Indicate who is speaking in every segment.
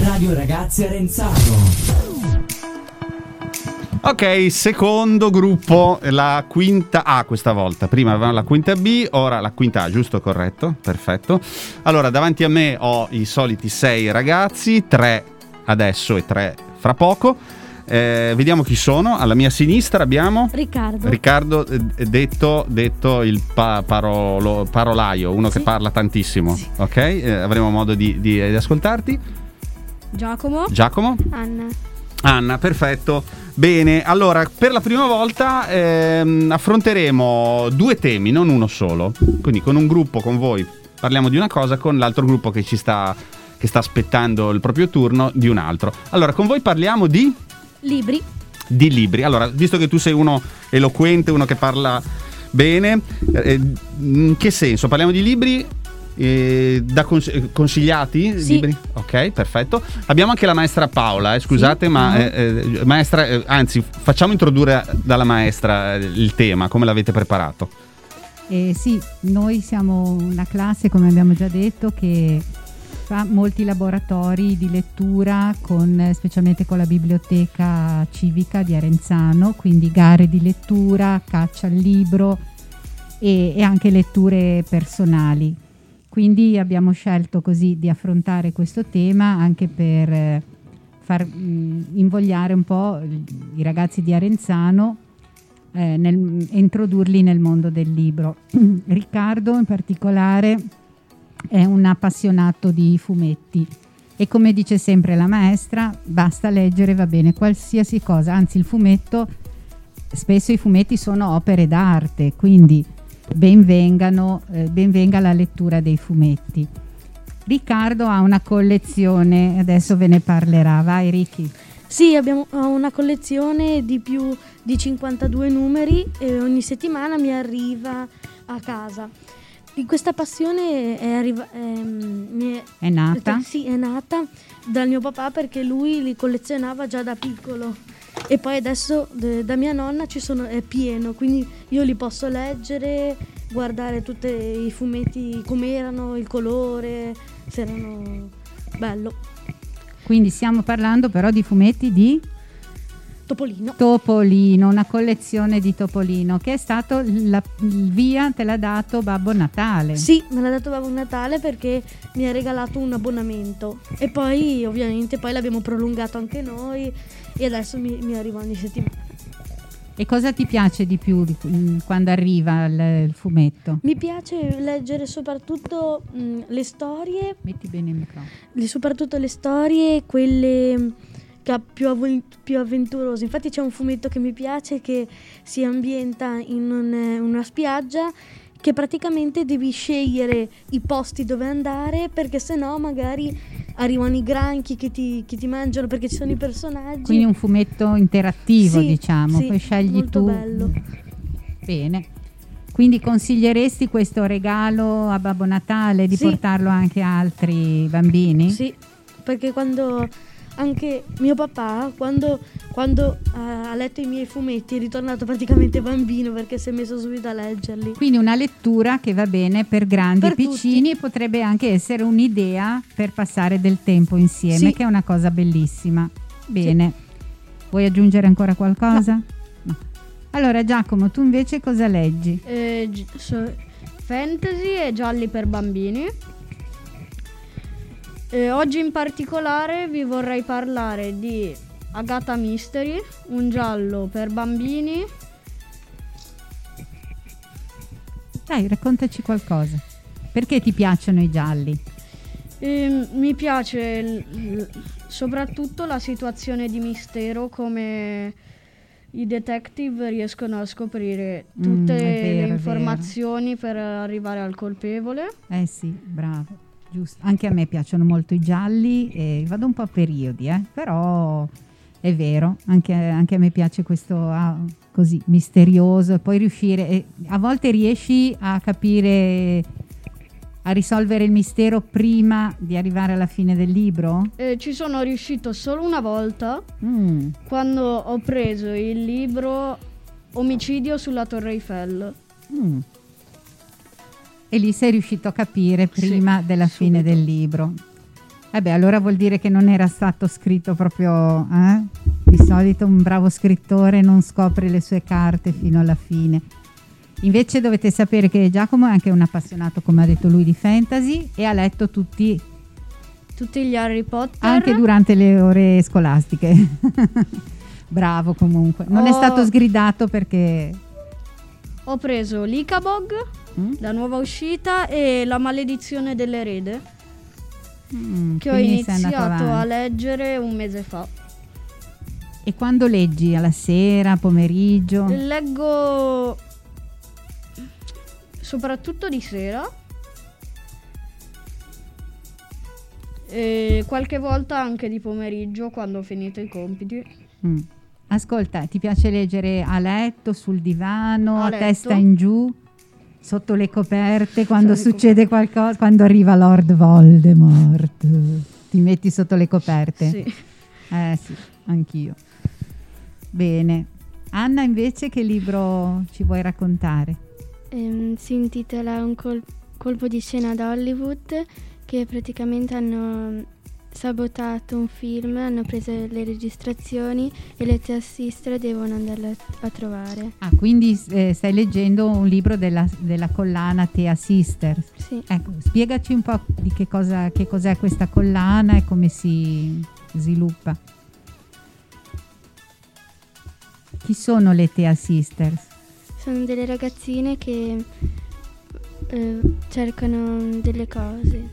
Speaker 1: Radio Ragazzi Arenzano.
Speaker 2: Ok, secondo gruppo, la quinta A questa volta. Prima avevamo la quinta B, ora la quinta A, giusto? Corretto? Perfetto. Allora, davanti a me ho i soliti 6 ragazzi, 3 adesso e 3 fra poco. Vediamo chi sono. Alla mia sinistra abbiamo Riccardo, detto il parolaio, uno che parla tantissimo. Sì. Ok, avremo modo di ascoltarti. Giacomo. Anna, perfetto. Bene, allora per la prima volta affronteremo 2 temi, non uno solo. Quindi con un gruppo, con voi, parliamo di una cosa, con l'altro gruppo che sta aspettando il proprio turno di un altro. Allora, con voi parliamo di libri. Allora, visto che tu sei uno eloquente, uno che parla bene, in che senso? Parliamo di libri consigliati?
Speaker 3: Sì.
Speaker 2: Libri? Ok, perfetto. Abbiamo anche la maestra Paola, scusate, sì. Ma maestra, anzi, facciamo introdurre dalla maestra il tema, come l'avete preparato?
Speaker 4: Sì, noi siamo una classe, come abbiamo già detto, che fa molti laboratori di lettura specialmente con la biblioteca civica di Arenzano, quindi gare di lettura, caccia al libro e anche letture personali. Quindi abbiamo scelto così di affrontare questo tema anche per far invogliare un po' i ragazzi di Arenzano, introdurli nel mondo del libro. Riccardo in particolare è un appassionato di fumetti e, come dice sempre la maestra, basta leggere, va bene qualsiasi cosa, anzi spesso i fumetti sono opere d'arte, quindi benvenga la lettura dei fumetti. Riccardo ha una collezione, adesso ve ne parlerà. Vai Ricky.
Speaker 3: Sì, ho una collezione di più di 52 numeri e ogni settimana mi arriva a casa. Questa passione è nata dal mio papà, perché lui li collezionava già da piccolo. E poi adesso da mia nonna è pieno, quindi io li posso leggere, guardare tutti i fumetti com'erano, il colore, se erano bello.
Speaker 4: Quindi stiamo parlando però di fumetti di Topolino, una collezione di Topolino che è stato il via, te l'ha dato Babbo Natale.
Speaker 3: Sì, me l'ha dato Babbo Natale perché mi ha regalato un abbonamento e poi ovviamente l'abbiamo prolungato anche noi e adesso mi arriva ogni settimana.
Speaker 4: E cosa ti piace di più quando arriva il fumetto?
Speaker 3: Mi piace leggere soprattutto le storie.
Speaker 4: Metti bene il microfono.
Speaker 3: Soprattutto le storie, quelle più avventurose. Infatti c'è un fumetto che mi piace che si ambienta in una spiaggia, che praticamente devi scegliere i posti dove andare, perché sennò magari arrivano i granchi che ti mangiano, perché ci sono i personaggi.
Speaker 4: Quindi un fumetto interattivo,
Speaker 3: sì,
Speaker 4: diciamo,
Speaker 3: sì,
Speaker 4: poi scegli
Speaker 3: molto
Speaker 4: tu.
Speaker 3: Bello.
Speaker 4: Bene. Quindi consiglieresti questo regalo a Babbo Natale, di portarlo anche a altri bambini?
Speaker 3: Sì, perché anche mio papà, quando ha letto i miei fumetti, è ritornato praticamente bambino, perché si è messo subito a leggerli.
Speaker 4: Quindi una lettura che va bene per grandi e piccini,
Speaker 3: tutti.
Speaker 4: E potrebbe anche essere un'idea per passare del tempo insieme, che è una cosa bellissima. Bene. Sì. Vuoi aggiungere ancora qualcosa? No. Allora Giacomo, tu invece cosa leggi?
Speaker 5: Fantasy e gialli per bambini. Oggi in particolare vi vorrei parlare di Agatha Mystery, un giallo per bambini.
Speaker 4: Dai, raccontaci qualcosa. Perché ti piacciono i gialli?
Speaker 5: Mi piace soprattutto la situazione di mistero, come i detective riescono a scoprire tutte le informazioni per arrivare al colpevole.
Speaker 4: Sì, bravo. Giusto. Anche a me piacciono molto i gialli e vado un po' a periodi, però è vero, anche a me piace questo così misterioso, e poi a volte riesci a capire, a risolvere il mistero prima di arrivare alla fine del libro?
Speaker 5: Ci sono riuscito solo una volta, quando ho preso il libro Omicidio sulla Torre Eiffel.
Speaker 4: E lì sei riuscito a capire prima della fine del libro. Allora vuol dire che non era stato scritto proprio... Di solito un bravo scrittore non scopre le sue carte fino alla fine. Invece dovete sapere che Giacomo è anche un appassionato, come ha detto lui, di fantasy e ha letto tutti
Speaker 5: gli Harry Potter.
Speaker 4: Anche durante le ore scolastiche. Bravo comunque. Non è stato sgridato perché...
Speaker 5: Ho preso l'Icabog, la nuova uscita, e La maledizione dell'erede. Che ho iniziato a leggere un mese fa.
Speaker 4: E quando leggi? Alla sera, pomeriggio?
Speaker 5: Leggo soprattutto di sera e qualche volta anche di pomeriggio quando ho finito i compiti.
Speaker 4: Ascolta, ti piace leggere a letto, sul divano, a
Speaker 5: letto,
Speaker 4: testa in giù? Sotto le coperte, quando succede qualcosa, quando arriva Lord Voldemort, ti metti sotto le coperte?
Speaker 5: Sì.
Speaker 4: Sì, anch'io. Bene. Anna, invece, che libro ci vuoi raccontare?
Speaker 6: Si intitola Un colpo di scena ad Hollywood, che praticamente hanno sabotato un film, hanno preso le registrazioni e le Tea Sister devono andarle a trovare.
Speaker 4: Quindi stai leggendo un libro della collana Tea Sister.
Speaker 6: Sì.
Speaker 4: Ecco, spiegaci un po' di che cos'è questa collana e come si sviluppa. Chi sono le Tea Sisters?
Speaker 6: Sono delle ragazzine che cercano delle cose.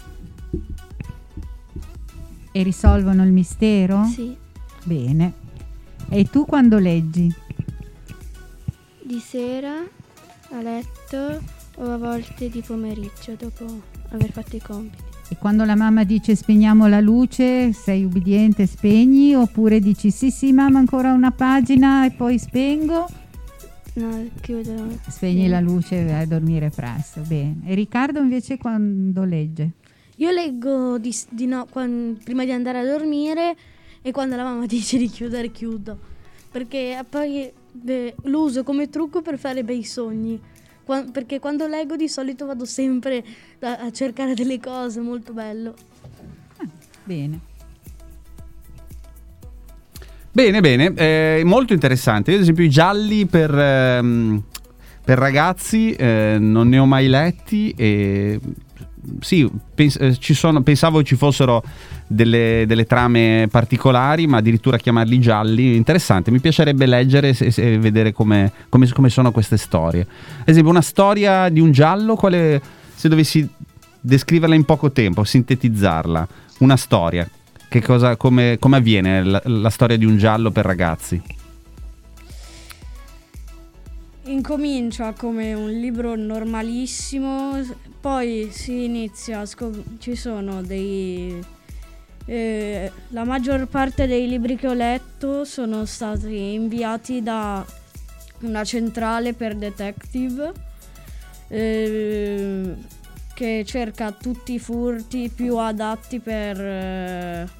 Speaker 4: E risolvono il mistero?
Speaker 6: Sì.
Speaker 4: Bene. E tu quando leggi?
Speaker 6: Di sera, a letto, o a volte di pomeriggio dopo aver fatto i compiti.
Speaker 4: E quando la mamma dice spegniamo la luce, sei ubbidiente, spegni, oppure dici sì mamma ancora una pagina e poi spengo?
Speaker 6: No, chiudo.
Speaker 4: Spegni la luce e vai a dormire presto. Bene. E Riccardo invece quando legge?
Speaker 3: Io leggo prima di andare a dormire, e quando la mamma dice di chiudere chiudo, perché poi lo uso come trucco per fare bei sogni, perché quando leggo di solito vado sempre a cercare delle cose, molto bello.
Speaker 4: Bene.
Speaker 2: Bene, molto interessante. Io ad esempio i gialli per ragazzi non ne ho mai letti e... Sì, pensavo ci fossero delle trame particolari, ma addirittura chiamarli gialli, interessante. Mi piacerebbe leggere e vedere come sono queste storie. Ad esempio, una storia di un giallo, se dovessi descriverla in poco tempo, sintetizzarla, una storia, come avviene la storia di un giallo per ragazzi?
Speaker 5: Incomincia come un libro normalissimo, poi si inizia ci sono la maggior parte dei libri che ho letto sono stati inviati da una centrale per detective che cerca tutti i furti più adatti per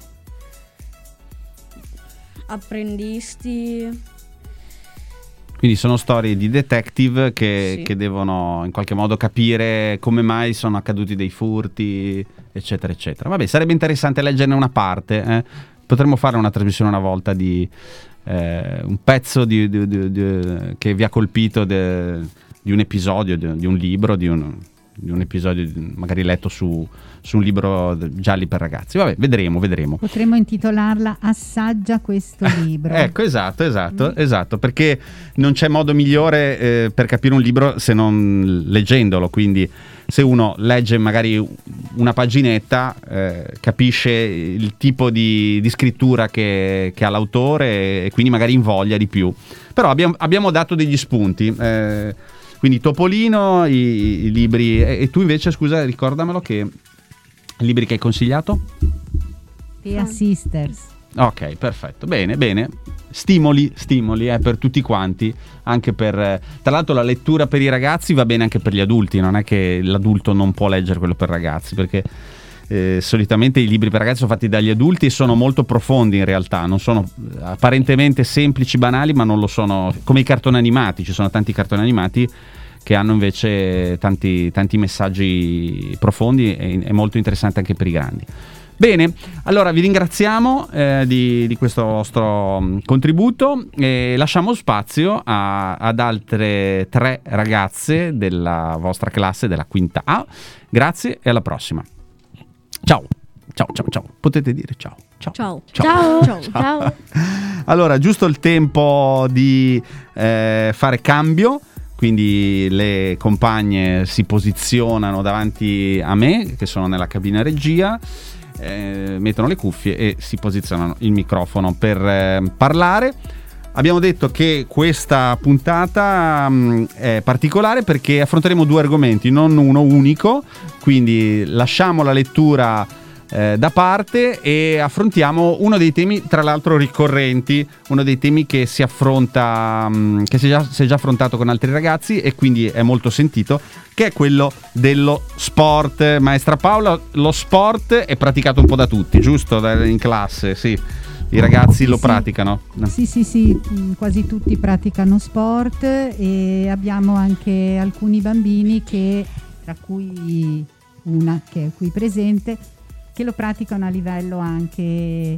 Speaker 5: apprendisti.
Speaker 2: Quindi sono storie di detective che devono in qualche modo capire come mai sono accaduti dei furti, eccetera, eccetera. Vabbè, sarebbe interessante leggerne una parte. Potremmo fare una trasmissione una volta di un pezzo che vi ha colpito di un episodio, di un libro, di un episodio magari letto su un libro gialli per ragazzi. Vabbè, vedremo. Potremmo
Speaker 4: intitolarla Assaggia questo libro.
Speaker 2: Ecco, esatto, perché non c'è modo migliore per capire un libro se non leggendolo, quindi se uno legge magari una paginetta capisce il tipo di scrittura che ha l'autore e quindi magari invoglia di più. Però abbiamo dato degli spunti. Quindi Topolino, i libri. E tu invece, scusa, ricordamelo, che i libri che hai consigliato?
Speaker 4: Tea Sisters.
Speaker 2: Ok, perfetto. Bene. Stimoli per tutti quanti, anche per... Tra l'altro la lettura per i ragazzi va bene anche per gli adulti, non è che l'adulto non può leggere quello per ragazzi, perché solitamente i libri per ragazzi sono fatti dagli adulti e sono molto profondi in realtà, non sono apparentemente semplici, banali, ma non lo sono, come i cartoni animati. Ci sono tanti cartoni animati che hanno invece tanti messaggi profondi e molto interessanti anche per i grandi. Bene, allora vi ringraziamo di questo vostro contributo e lasciamo spazio ad altre 3 ragazze della vostra classe, della quinta A. Grazie e alla prossima. Ciao. Potete dire ciao.
Speaker 3: Ciao.
Speaker 2: Allora, giusto il tempo di fare cambio. Quindi le compagne si posizionano davanti a me, che sono nella cabina regia, mettono le cuffie e si posizionano il microfono per parlare. Abbiamo detto che questa puntata è particolare perché affronteremo 2 argomenti, non uno unico, quindi lasciamo la lettura da parte e affrontiamo uno dei temi, tra l'altro ricorrenti, uno dei temi che si affronta, che si è già affrontato con altri ragazzi e quindi è molto sentito, che è quello dello sport. Maestra Paola, lo sport è praticato un po' da tutti, giusto? In classe, sì. I ragazzi lo praticano?
Speaker 4: Sì, quasi tutti praticano sport e abbiamo anche alcuni bambini tra cui una che è qui presente, che lo praticano a livello anche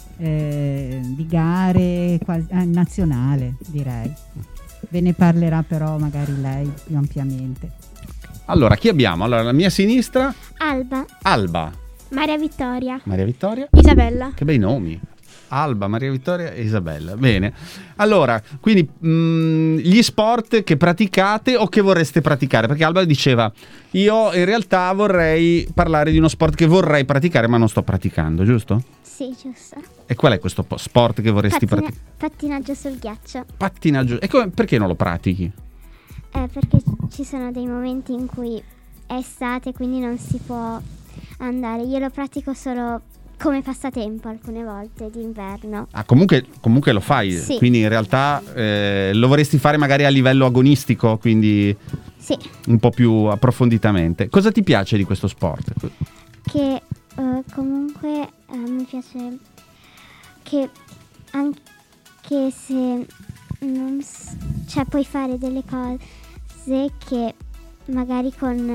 Speaker 4: di gare nazionale, direi. Ve ne parlerà però magari lei più ampiamente.
Speaker 2: Allora, chi abbiamo? Allora, alla mia sinistra Alba,
Speaker 6: Maria Vittoria,
Speaker 5: Isabella.
Speaker 2: che bei nomi. Alba, Maria Vittoria e Isabella. Bene. Allora, quindi gli sport che praticate o che vorreste praticare? Perché Alba diceva, io in realtà vorrei parlare di uno sport che vorrei praticare ma non sto praticando, giusto?
Speaker 6: Sì, giusto.
Speaker 2: E qual è questo sport che vorresti praticare?
Speaker 6: Pattinaggio sul ghiaccio.
Speaker 2: Pattinaggio. E perché non lo pratichi?
Speaker 6: Perché ci sono dei momenti in cui è estate, quindi non si può andare. Io lo pratico solo come passatempo alcune volte d'inverno.
Speaker 2: Ah, comunque lo fai,
Speaker 6: sì.
Speaker 2: Quindi in realtà lo vorresti fare magari a livello agonistico, quindi
Speaker 6: sì.
Speaker 2: Un po' più approfonditamente. Cosa ti piace di questo sport?
Speaker 6: Che comunque mi piace che anche se non cioè puoi fare delle cose che magari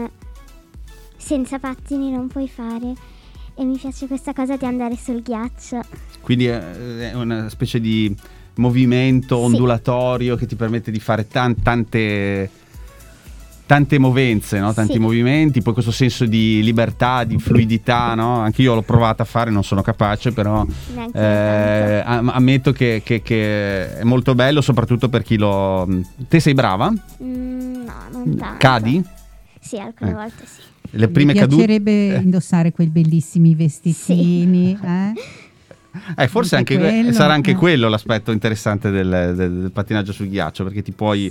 Speaker 6: senza pattini non puoi fare. E mi piace questa cosa di andare sul ghiaccio.
Speaker 2: Quindi è una specie di movimento ondulatorio che ti permette di fare tante movenze, no? Tanti movimenti, poi questo senso di libertà, di fluidità, no? Anche io l'ho provato a fare, non sono capace, però ammetto che è molto bello, soprattutto per chi lo... Te sei brava?
Speaker 6: No, non tanto.
Speaker 2: Cadi?
Speaker 6: Sì, alcune volte sì.
Speaker 2: Le prime
Speaker 4: Mi piacerebbe indossare quei bellissimi vestitini. Sì.
Speaker 2: Forse anche sarà anche quello l'aspetto interessante del pattinaggio sul ghiaccio, perché ti puoi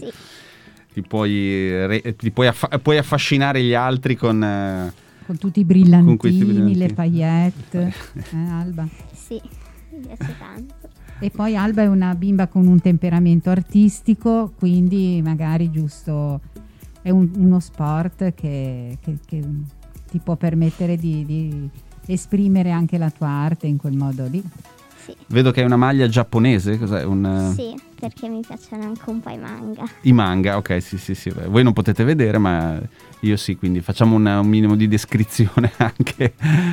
Speaker 2: affascinare gli altri con
Speaker 4: tutti i brillantini, le paillette. Alba?
Speaker 6: Sì, mi piace tanto.
Speaker 4: E poi Alba è una bimba con un temperamento artistico, quindi magari giusto... È uno sport che ti può permettere di esprimere anche la tua arte in quel modo lì.
Speaker 6: Sì.
Speaker 2: Vedo che è una maglia giapponese, cos'è?
Speaker 6: Sì, perché mi piacciono anche un po' i manga.
Speaker 2: I manga, ok, sì. Voi non potete vedere, ma io sì, quindi facciamo un minimo di descrizione anche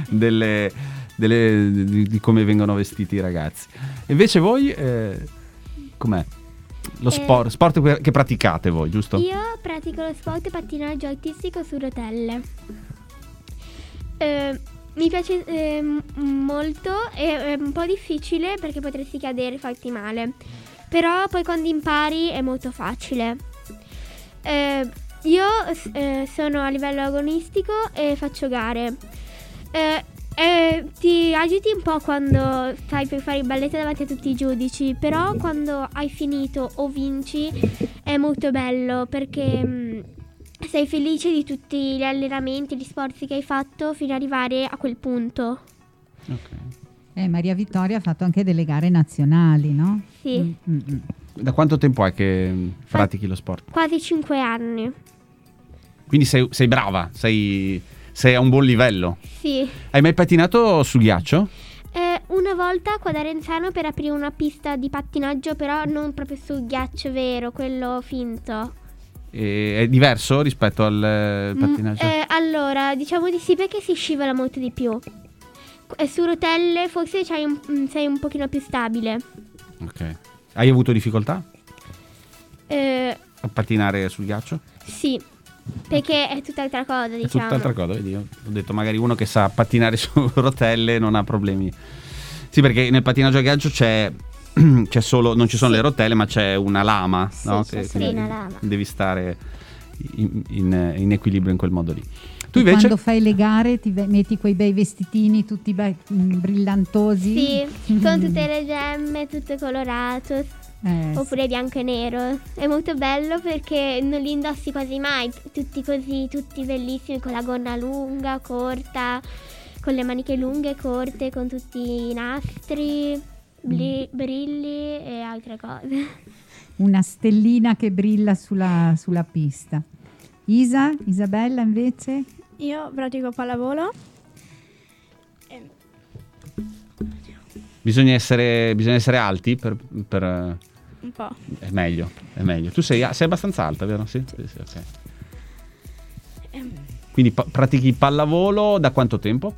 Speaker 2: di come vengono vestiti i ragazzi. Invece voi, com'è? Lo sport che praticate voi, giusto?
Speaker 7: Io pratico lo sport pattinaggio artistico su rotelle. Mi piace molto, è un po' difficile perché potresti cadere e farti male, però poi quando impari è molto facile. Io sono a livello agonistico e faccio gare. Ti agiti un po' quando stai per fare il balletto davanti a tutti i giudici, però quando hai finito o vinci è molto bello perché sei felice di tutti gli allenamenti, gli sforzi che hai fatto fino ad arrivare a quel punto.
Speaker 2: Okay.
Speaker 4: Maria Vittoria ha fatto anche delle gare nazionali, no?
Speaker 7: Sì.
Speaker 2: Da quanto tempo è che pratichi lo sport?
Speaker 7: Quasi 5 anni.
Speaker 2: Quindi sei brava, sei a un buon livello.
Speaker 7: Sì.
Speaker 2: Hai mai pattinato sul ghiaccio?
Speaker 7: Una volta qua ad Arenzano per aprire una pista di pattinaggio, però non proprio sul ghiaccio vero, quello finto.
Speaker 2: È diverso rispetto al pattinaggio?
Speaker 7: Allora, diciamo di sì perché si scivola molto di più. su rotelle forse sei un pochino più stabile.
Speaker 2: Ok. Hai avuto difficoltà
Speaker 7: A
Speaker 2: pattinare sul ghiaccio?
Speaker 7: Sì, perché è tutt'altra cosa, diciamo.
Speaker 2: È tutt'altra cosa, vedi? Io ho detto magari uno che sa pattinare su rotelle non ha problemi. Sì, perché nel pattinaggio a ghiaccio c'è solo, non ci sono le rotelle, ma c'è una lama,
Speaker 7: sì,
Speaker 2: no?
Speaker 7: C'è una lama.
Speaker 2: Devi stare in equilibrio in quel modo lì. Tu
Speaker 4: e
Speaker 2: invece
Speaker 4: quando fai le gare ti metti quei bei vestitini tutti brillantosi?
Speaker 7: Sì, con tutte le gemme, tutto colorato. Oppure bianco e nero. È molto bello perché non li indossi quasi mai. Tutti così, tutti bellissimi, con la gonna lunga, corta, con le maniche lunghe, corte, con tutti i nastri, brilli e altre cose.
Speaker 4: Una stellina che brilla sulla pista. Isabella invece?
Speaker 8: Io pratico pallavolo.
Speaker 2: bisogna essere alti per
Speaker 8: un po'.
Speaker 2: È meglio. Tu sei abbastanza alta, vero? Sì, ok. Quindi pratichi pallavolo da quanto tempo?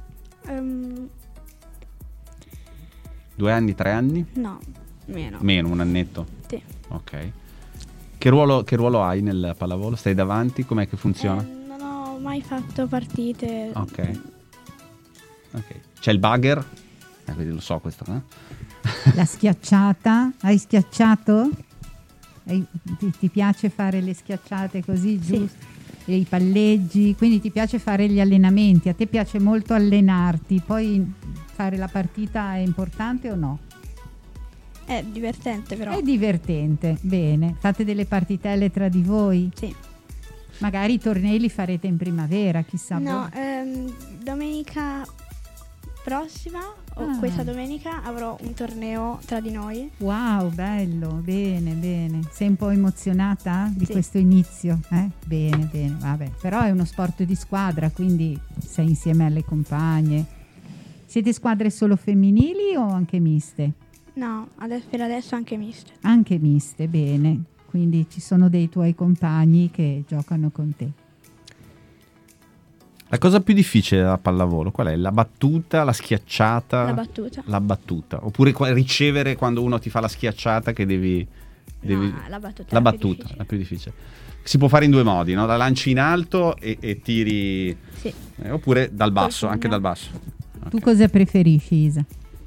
Speaker 2: 2 anni, 3 anni?
Speaker 8: No, meno.
Speaker 2: Meno, un annetto?
Speaker 8: Sì.
Speaker 2: Ok. Che ruolo hai nel pallavolo? Stai davanti? Com'è che funziona?
Speaker 8: Non ho mai fatto partite.
Speaker 2: Ok. C'è il bugger? Quindi lo so questo,
Speaker 4: La schiacciata? Hai schiacciato? Ti piace fare le schiacciate così, giusto?
Speaker 8: Sì.
Speaker 4: E i palleggi, quindi ti piace fare gli allenamenti, a te piace molto allenarti, poi fare la partita è importante o no?
Speaker 8: È divertente però.
Speaker 4: È divertente, bene. Fate delle partitelle tra di voi?
Speaker 8: Sì.
Speaker 4: Magari i tornei li farete in primavera, chissà.
Speaker 8: No, domenica prossima o questa domenica avrò un torneo tra di noi.
Speaker 4: Wow, bello, bene. Sei un po' emozionata di
Speaker 8: Sì.
Speaker 4: questo inizio? Bene, vabbè. Però è uno sport di squadra, quindi sei insieme alle compagne. Siete squadre solo femminili o anche miste?
Speaker 8: No, per adesso anche miste.
Speaker 4: Anche miste, bene. Quindi ci sono dei tuoi compagni che giocano con te.
Speaker 2: La cosa più difficile della pallavolo qual è? La battuta, la schiacciata?
Speaker 8: La battuta.
Speaker 2: Oppure ricevere quando uno ti fa la schiacciata che devi...
Speaker 8: No, la battuta.
Speaker 2: La più difficile. Si può fare in 2 modi, no? La lanci in alto e tiri...
Speaker 8: Sì.
Speaker 2: Oppure dal basso, anche dal basso.
Speaker 4: Tu cosa preferisci, Isa?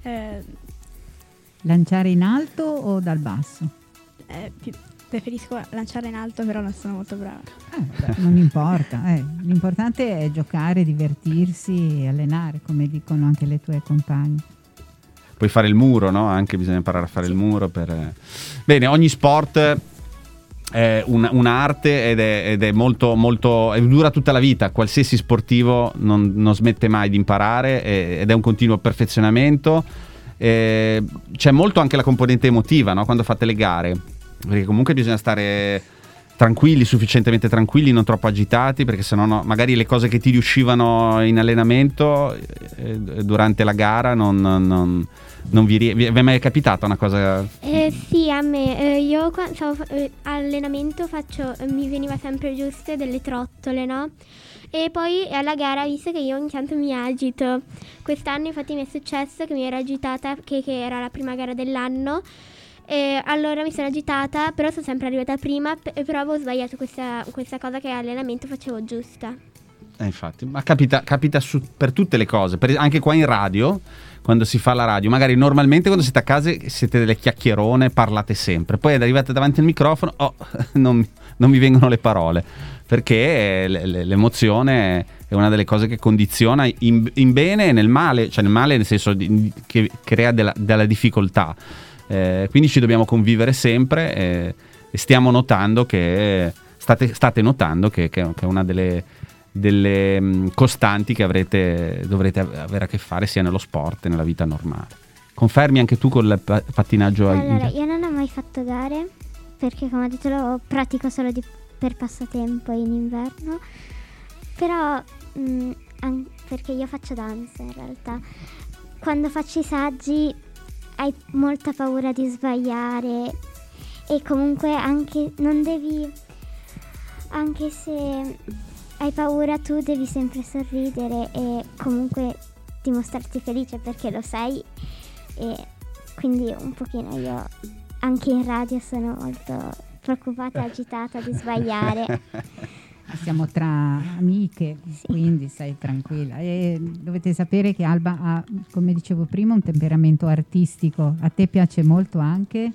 Speaker 4: Lanciare in alto o dal basso?
Speaker 8: Preferisco lanciare in alto, però non sono molto brava.
Speaker 4: Non importa, l'importante è giocare, divertirsi e allenare, come dicono anche le tue compagne.
Speaker 2: Puoi fare il muro, no? Anche bisogna imparare a fare il muro Bene, ogni sport è un'arte ed è molto, molto... dura tutta la vita. Qualsiasi sportivo non smette mai di imparare ed è un continuo perfezionamento. C'è molto anche la componente emotiva, no? Quando fate le gare, perché comunque bisogna stare tranquilli, sufficientemente tranquilli, non troppo agitati, perché sennò magari le cose che ti riuscivano in allenamento durante la gara non vi è mai capitata una cosa?
Speaker 7: Sì, a me io quando stavo allenamento mi veniva sempre giuste delle trottole, no? E poi alla gara, visto che io ogni tanto mi agito, quest'anno infatti mi è successo che mi ero agitata, che era la prima gara dell'anno, e allora mi sono agitata, però sono sempre arrivata prima, però avevo sbagliato questa cosa che all'allenamento facevo giusta.
Speaker 2: Infatti, ma capita per tutte le cose, anche qua in radio, quando si fa la radio, magari normalmente quando siete a casa siete delle chiacchierone, parlate sempre, poi arrivate davanti al microfono, non mi vengono le parole, perché l'emozione è una delle cose che condiziona in bene e nel male, cioè nel male nel senso che crea della difficoltà, quindi ci dobbiamo convivere sempre e stiamo notando che state notando che è una delle costanti che dovrete avere a che fare sia nello sport che nella vita normale. Confermi anche tu col pattinaggio?
Speaker 7: Allora, io non ho mai fatto gare perché, come ho detto, lo pratico solo per passatempo in inverno, però perché io faccio danza in realtà. Quando faccio i saggi hai molta paura di sbagliare e comunque anche se hai paura tu devi sempre sorridere e comunque
Speaker 9: dimostrarti felice perché lo sei, e quindi un pochino io anche in radio sono molto preoccupata e agitata di sbagliare.
Speaker 4: Siamo tra amiche,
Speaker 9: sì.
Speaker 4: Quindi stai tranquilla. E dovete sapere che Alba ha, come dicevo prima, un temperamento artistico. A te piace molto anche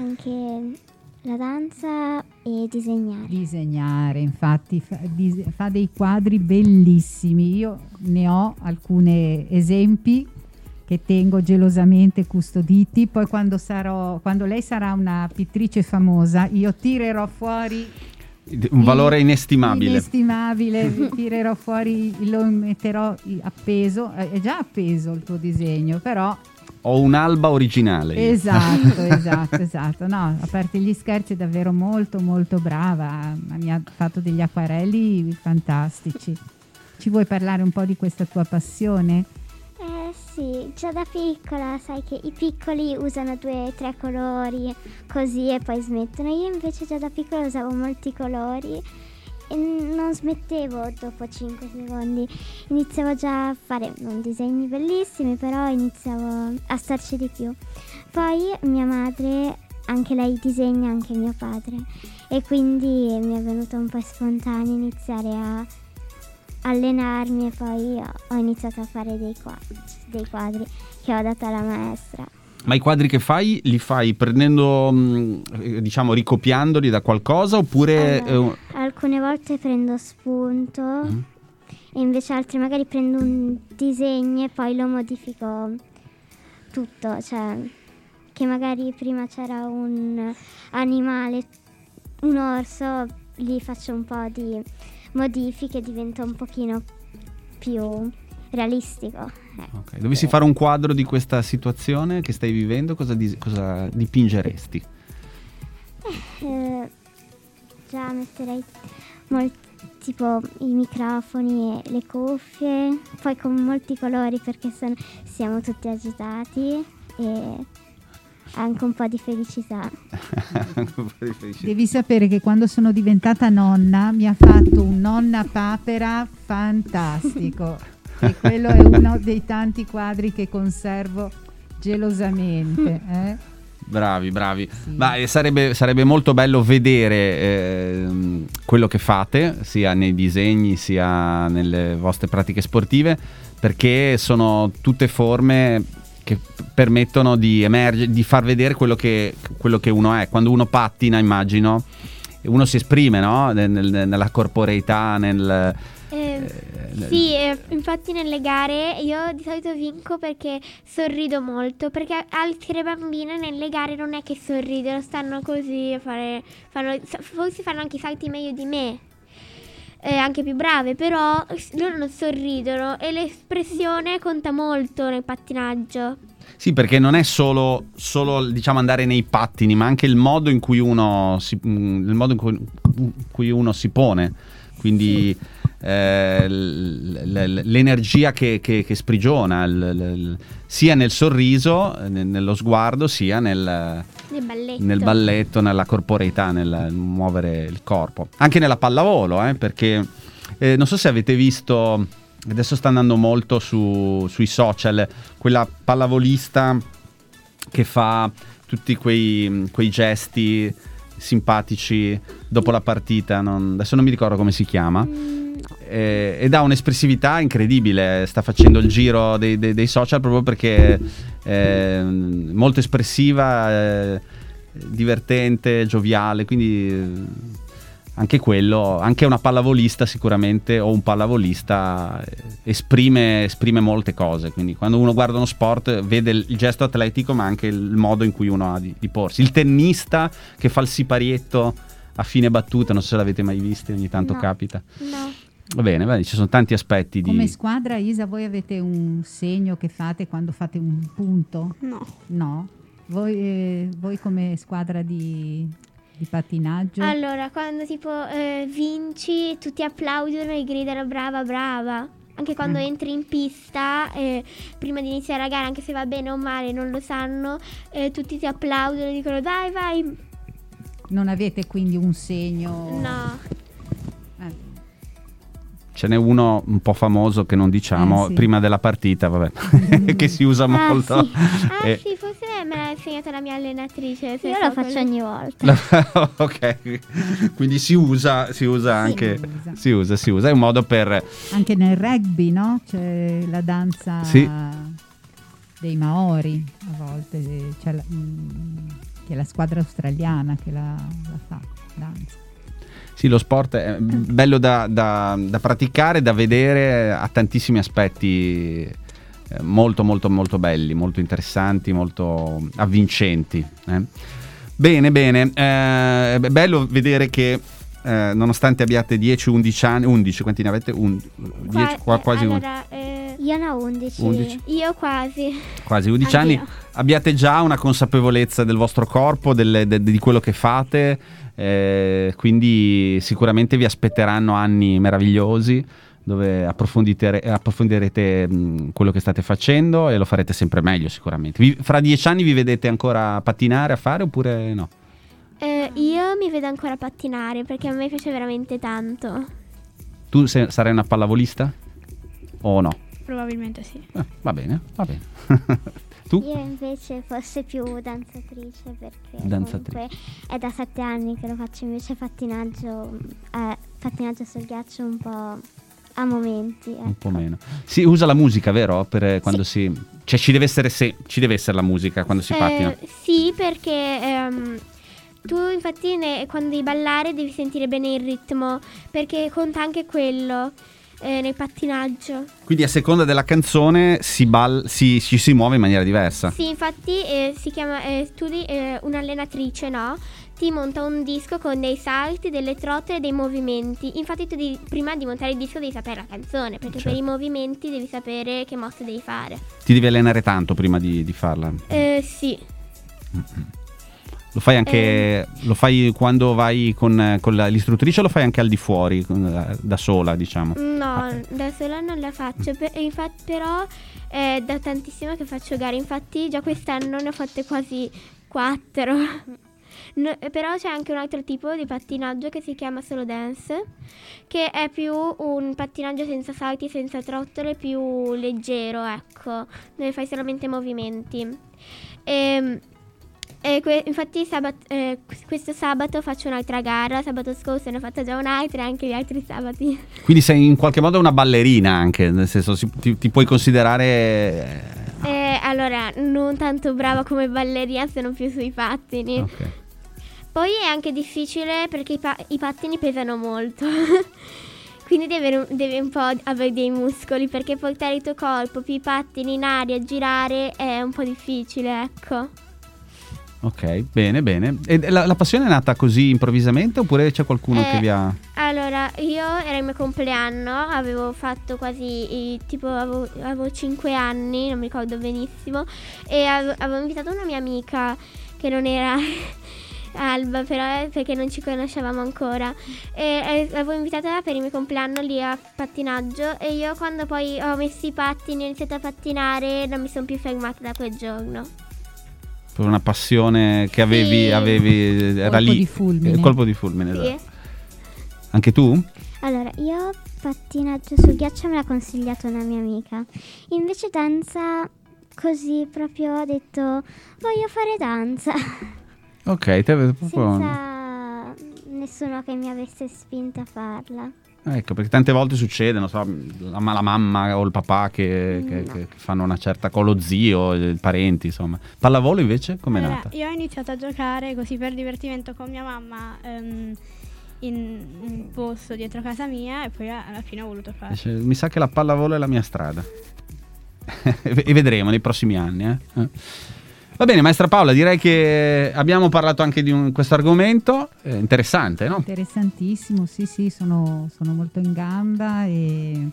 Speaker 9: la danza e disegnare.
Speaker 4: Disegnare, infatti fa dei quadri bellissimi. Io ne ho alcuni esempi che tengo gelosamente custoditi. Poi quando lei sarà una pittrice famosa, io tirerò fuori
Speaker 2: un valore inestimabile.
Speaker 4: Tirerò fuori, lo metterò appeso. È già appeso il tuo disegno, però
Speaker 2: ho un'Alba originale.
Speaker 4: Esatto. No, a parte gli scherzi, è davvero molto molto brava. Mi ha fatto degli acquarelli fantastici. Ci vuoi parlare un po' di questa tua passione?
Speaker 9: Sì, già da piccola sai che i piccoli usano 2 o 3 colori così e poi smettono. Io invece già da piccola usavo molti colori e non smettevo dopo 5 secondi. Iniziavo già a fare non disegni bellissimi, però iniziavo a starci di più. Poi mia madre, anche lei disegna, anche mio padre, e quindi mi è venuto un po' spontaneo iniziare a allenarmi, e poi ho iniziato a fare dei quadri che ho dato alla maestra.
Speaker 2: Ma i quadri che fai, li fai prendendo, diciamo, ricopiandoli da qualcosa, oppure
Speaker 9: allora, alcune volte prendo spunto e invece altre magari prendo un disegno e poi lo modifico tutto, cioè che magari prima c'era un animale, un orso, lì faccio un po' di modifiche, diventa un pochino più realistico.
Speaker 2: Okay. Dovessi fare un quadro di questa situazione che stai vivendo, cosa dipingeresti?
Speaker 9: Già metterei tipo i microfoni e le cuffie, poi con molti colori perché siamo tutti agitati, e anche un po' di felicità.
Speaker 4: Devi sapere che quando sono diventata nonna mi ha fatto un nonna papera fantastico e quello è uno dei tanti quadri che conservo gelosamente.
Speaker 2: Bravi.
Speaker 4: Sì.
Speaker 2: Ma sarebbe molto bello vedere quello che fate, sia nei disegni sia nelle vostre pratiche sportive, perché sono tutte forme che permettono di emergere, di far vedere quello che uno è. Quando uno pattina, immagino, uno si esprime, no? Nella corporeità,
Speaker 7: sì, infatti nelle gare io di solito vinco perché sorrido molto, perché altre bambine nelle gare non è che sorridono, stanno così forse fanno anche i salti meglio di me, anche più brave, però loro non sorridono e l'espressione conta molto nel pattinaggio.
Speaker 2: Sì, perché non è solo diciamo andare nei pattini, ma anche il modo in cui uno si pone, quindi sì. L'energia che sprigiona sia nel sorriso, nello sguardo, sia nel balletto, nella corporeità, nel muovere il corpo, anche nella pallavolo, perché non so se avete visto, adesso sta andando molto sui social, quella pallavolista che fa tutti quei gesti simpatici dopo la partita, adesso non mi ricordo come si chiama, ed ha un'espressività incredibile, sta facendo il giro dei social proprio perché è molto espressiva, divertente, gioviale, quindi anche quello, anche una pallavolista sicuramente, o un pallavolista esprime molte cose, quindi quando uno guarda uno sport vede il gesto atletico ma anche il modo in cui uno ha di porsi. Il tennista che fa il siparietto a fine battuta, non so se l'avete mai visto, ogni tanto capita.
Speaker 9: No.
Speaker 2: Va bene, ci sono tanti aspetti.
Speaker 4: Come squadra, Isa, voi avete un segno che fate quando fate un punto? No? Voi come squadra di pattinaggio?
Speaker 7: Allora, quando tipo vinci, tutti applaudono e gridano brava, brava. Anche quando entri in pista, prima di iniziare la gara, anche se va bene o male, non lo sanno, tutti ti applaudono e dicono dai, vai.
Speaker 4: Non avete quindi un segno?
Speaker 7: No.
Speaker 2: Ce n'è uno un po' famoso che non diciamo,
Speaker 4: sì.
Speaker 2: prima della partita, vabbè, che si usa molto.
Speaker 7: Sì. Sì, forse me l'ha insegnato la mia allenatrice.
Speaker 9: Io lo faccio ogni volta.
Speaker 2: Ok, quindi si usa anche, si usa, è un modo per...
Speaker 4: Anche nel rugby, no? C'è la danza dei Maori, a volte, c'è che è la squadra australiana che la fa, danza.
Speaker 2: Sì, lo sport è bello da praticare, da vedere, ha tantissimi aspetti molto molto molto belli, molto interessanti, molto avvincenti. Bene, bello vedere che nonostante abbiate 10-11 anni, 11, quanti ne avete? Quasi
Speaker 9: allora, io ne ho 11.
Speaker 7: Io quasi
Speaker 2: 11 anni, abbiate già una consapevolezza del vostro corpo, di quello che fate. Quindi sicuramente vi aspetteranno anni meravigliosi dove approfondirete quello che state facendo e lo farete sempre meglio sicuramente. Fra 10 anni vi vedete ancora pattinare a fare oppure no?
Speaker 7: Io mi vedo ancora pattinare perché a me piace veramente tanto.
Speaker 2: Tu sarai una pallavolista o no?
Speaker 8: Probabilmente sì.
Speaker 2: Va bene. Tu?
Speaker 9: Io invece forse più danzatrice, perché comunque è da 7 anni che lo faccio, invece pattinaggio sul ghiaccio un po' a momenti. Ecco.
Speaker 2: Un po' meno. Si usa la musica, vero? Per quando ci deve essere la musica quando si pattina.
Speaker 7: Sì, perché tu infatti quando devi ballare devi sentire bene il ritmo, perché conta anche quello. Nel pattinaggio.
Speaker 2: Quindi a seconda della canzone ci si muove in maniera diversa.
Speaker 7: Sì, infatti si chiama un'allenatrice, no? Ti monta un disco con dei salti, delle trotte e dei movimenti. Infatti tu prima di montare il disco devi sapere la canzone, perché per i movimenti devi sapere che mosse devi fare.
Speaker 2: Ti devi allenare tanto prima di farla?
Speaker 7: Sì.
Speaker 2: Lo fai anche lo fai quando vai con l'istruttrice o lo fai anche al di fuori, da sola, diciamo?
Speaker 7: No, da sola non la faccio, però è da tantissimo che faccio gare. Infatti già quest'anno ne ho fatte quasi 4. Però c'è anche un altro tipo di pattinaggio che si chiama solo dance, che è più un pattinaggio senza salti, senza trottole, più leggero, ecco, dove fai solamente movimenti. Infatti questo sabato faccio un'altra gara, sabato scorso ne ho fatta già un'altra e anche gli altri sabati.
Speaker 2: Quindi sei in qualche modo una ballerina anche, nel senso ti puoi considerare...
Speaker 7: Allora, non tanto brava come ballerina, sono più sui pattini.
Speaker 2: Okay.
Speaker 7: Poi è anche difficile perché i pattini pesano molto. Quindi devi un po' avere dei muscoli, perché portare il tuo corpo più i pattini in aria, girare è un po' difficile, ecco.
Speaker 2: Ok, bene. E la passione è nata così improvvisamente oppure c'è qualcuno che vi ha...
Speaker 7: Allora, io era il mio compleanno, avevo fatto quasi, avevo 5 anni, non mi ricordo benissimo, e avevo invitato una mia amica che non era Alba, però perché non ci conoscevamo ancora, e l'avevo invitata per il mio compleanno lì a pattinaggio, e io quando poi ho messo i pattini e ho iniziato a pattinare non mi sono più fermata da quel giorno.
Speaker 2: Per una passione che avevi era lì. Il colpo di fulmine.
Speaker 7: Sì.
Speaker 2: Esatto. Anche tu?
Speaker 9: Allora, io pattinaggio sul ghiaccio me l'ha consigliato una mia amica. Invece danza, così proprio ho detto voglio fare danza.
Speaker 2: Ok,
Speaker 9: senza nessuno che mi avesse spinta a farla.
Speaker 2: Ecco, perché tante volte succede, non so, la mamma o il papà che fanno una certa, con lo zio, i parenti, insomma. Pallavolo invece com'è nata?
Speaker 8: Io ho iniziato a giocare così per divertimento con mia mamma in un posto dietro casa mia, e poi alla fine ho voluto fare.
Speaker 2: Mi sa che la pallavolo è la mia strada. E vedremo nei prossimi anni. Va bene, maestra Paola, direi che abbiamo parlato anche di questo argomento interessante, no?
Speaker 4: Interessantissimo, sì, sono molto in gamba e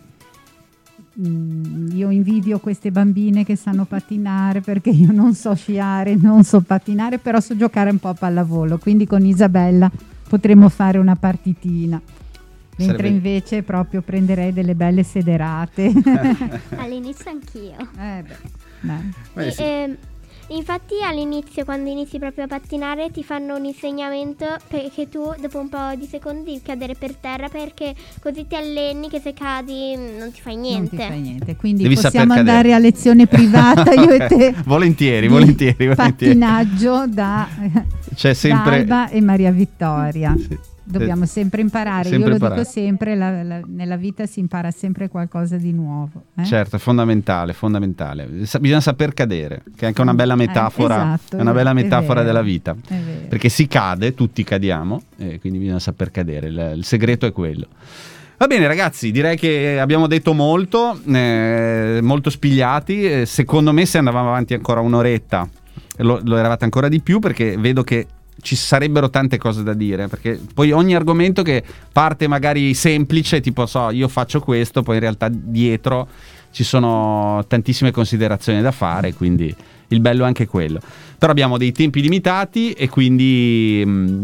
Speaker 4: io invidio queste bambine che sanno pattinare, perché io non so sciare, non so pattinare, però so giocare un po' a pallavolo, quindi con Isabella potremmo fare una partitina. Mentre invece proprio prenderei delle belle sederate.
Speaker 9: All'inizio anch'io.
Speaker 2: Sì.
Speaker 7: Infatti all'inizio, quando inizi proprio a pattinare, ti fanno un insegnamento perché tu dopo un po' di secondi devi cadere per terra, perché così ti alleni che se cadi non ti fai niente.
Speaker 4: Non ti fai niente. Quindi
Speaker 2: Devi
Speaker 4: possiamo
Speaker 2: saper
Speaker 4: andare a lezione privata io e te.
Speaker 2: volentieri.
Speaker 4: Pattinaggio da
Speaker 2: sempre
Speaker 4: Alba e Maria Vittoria.
Speaker 2: Sì.
Speaker 4: Dobbiamo sempre imparare.
Speaker 2: Sempre
Speaker 4: Io lo
Speaker 2: imparare.
Speaker 4: dico sempre, nella vita si impara sempre qualcosa di nuovo.
Speaker 2: Certo, è fondamentale. Bisogna saper cadere, che è anche una bella metafora,
Speaker 4: esatto,
Speaker 2: è una bella
Speaker 4: è
Speaker 2: metafora
Speaker 4: vero,
Speaker 2: della vita.
Speaker 4: è vero.
Speaker 2: Perché si cade, tutti cadiamo, quindi bisogna saper cadere. Il segreto è quello. Va bene ragazzi, direi che abbiamo detto molto, molto spigliati. Secondo me se andavamo avanti ancora un'oretta lo eravate ancora di più, perché vedo che ci sarebbero tante cose da dire, perché poi ogni argomento che parte magari semplice, tipo io faccio questo, poi in realtà dietro ci sono tantissime considerazioni da fare, quindi il bello è anche quello. Però abbiamo dei tempi limitati e quindi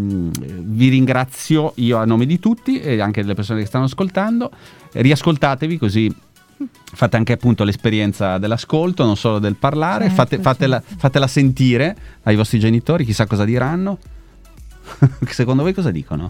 Speaker 2: vi ringrazio io a nome di tutti e anche delle persone che stanno ascoltando. Riascoltatevi, così fate anche appunto l'esperienza dell'ascolto, non solo del parlare. Fatela sentire ai vostri genitori, chissà cosa diranno. Secondo voi cosa dicono?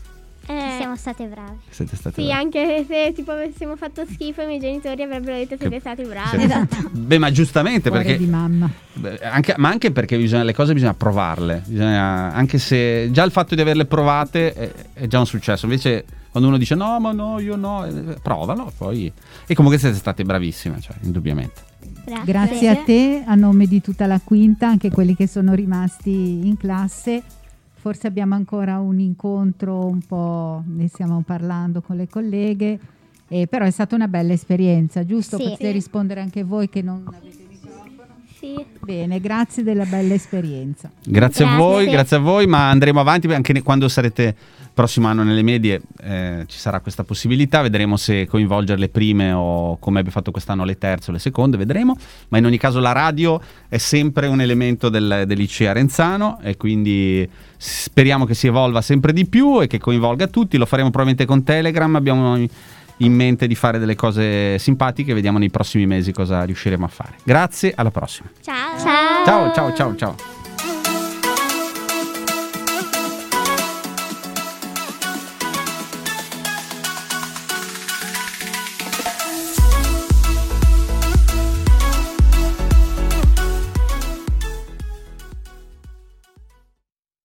Speaker 9: Siamo state brave.
Speaker 2: Siete state
Speaker 7: Sì,
Speaker 2: bravi.
Speaker 7: anche se tipo avessimo fatto schifo, i miei genitori avrebbero detto siete stati bravi.
Speaker 9: Esatto.
Speaker 2: Beh, ma giustamente,
Speaker 4: Cuore
Speaker 2: perché
Speaker 4: di mamma.
Speaker 2: ma anche perché le cose bisogna provarle, anche se già il fatto di averle provate è già un successo. Invece quando uno dice no, io no, provalo poi. E comunque siete state bravissime, cioè, indubbiamente.
Speaker 4: Grazie a te, a nome di tutta la quinta, anche quelli che sono rimasti in classe. Forse abbiamo ancora un incontro un po', ne stiamo parlando con le colleghe, però è stata una bella esperienza, giusto?
Speaker 9: Sì.
Speaker 4: Potete rispondere anche voi che non avete microfono?
Speaker 7: Sì.
Speaker 4: Bene, grazie della bella esperienza.
Speaker 2: Grazie a voi, ma andremo avanti anche quando sarete prossimo anno nelle medie, ci sarà questa possibilità, vedremo se coinvolgere le prime o come abbiamo fatto quest'anno le terze o le seconde, vedremo, ma in ogni caso la radio è sempre un elemento del liceo Arenzano e quindi speriamo che si evolva sempre di più e che coinvolga tutti. Lo faremo probabilmente con Telegram, abbiamo in mente di fare delle cose simpatiche, vediamo nei prossimi mesi cosa riusciremo a fare. Grazie, alla prossima.
Speaker 7: Ciao.
Speaker 2: Ciao.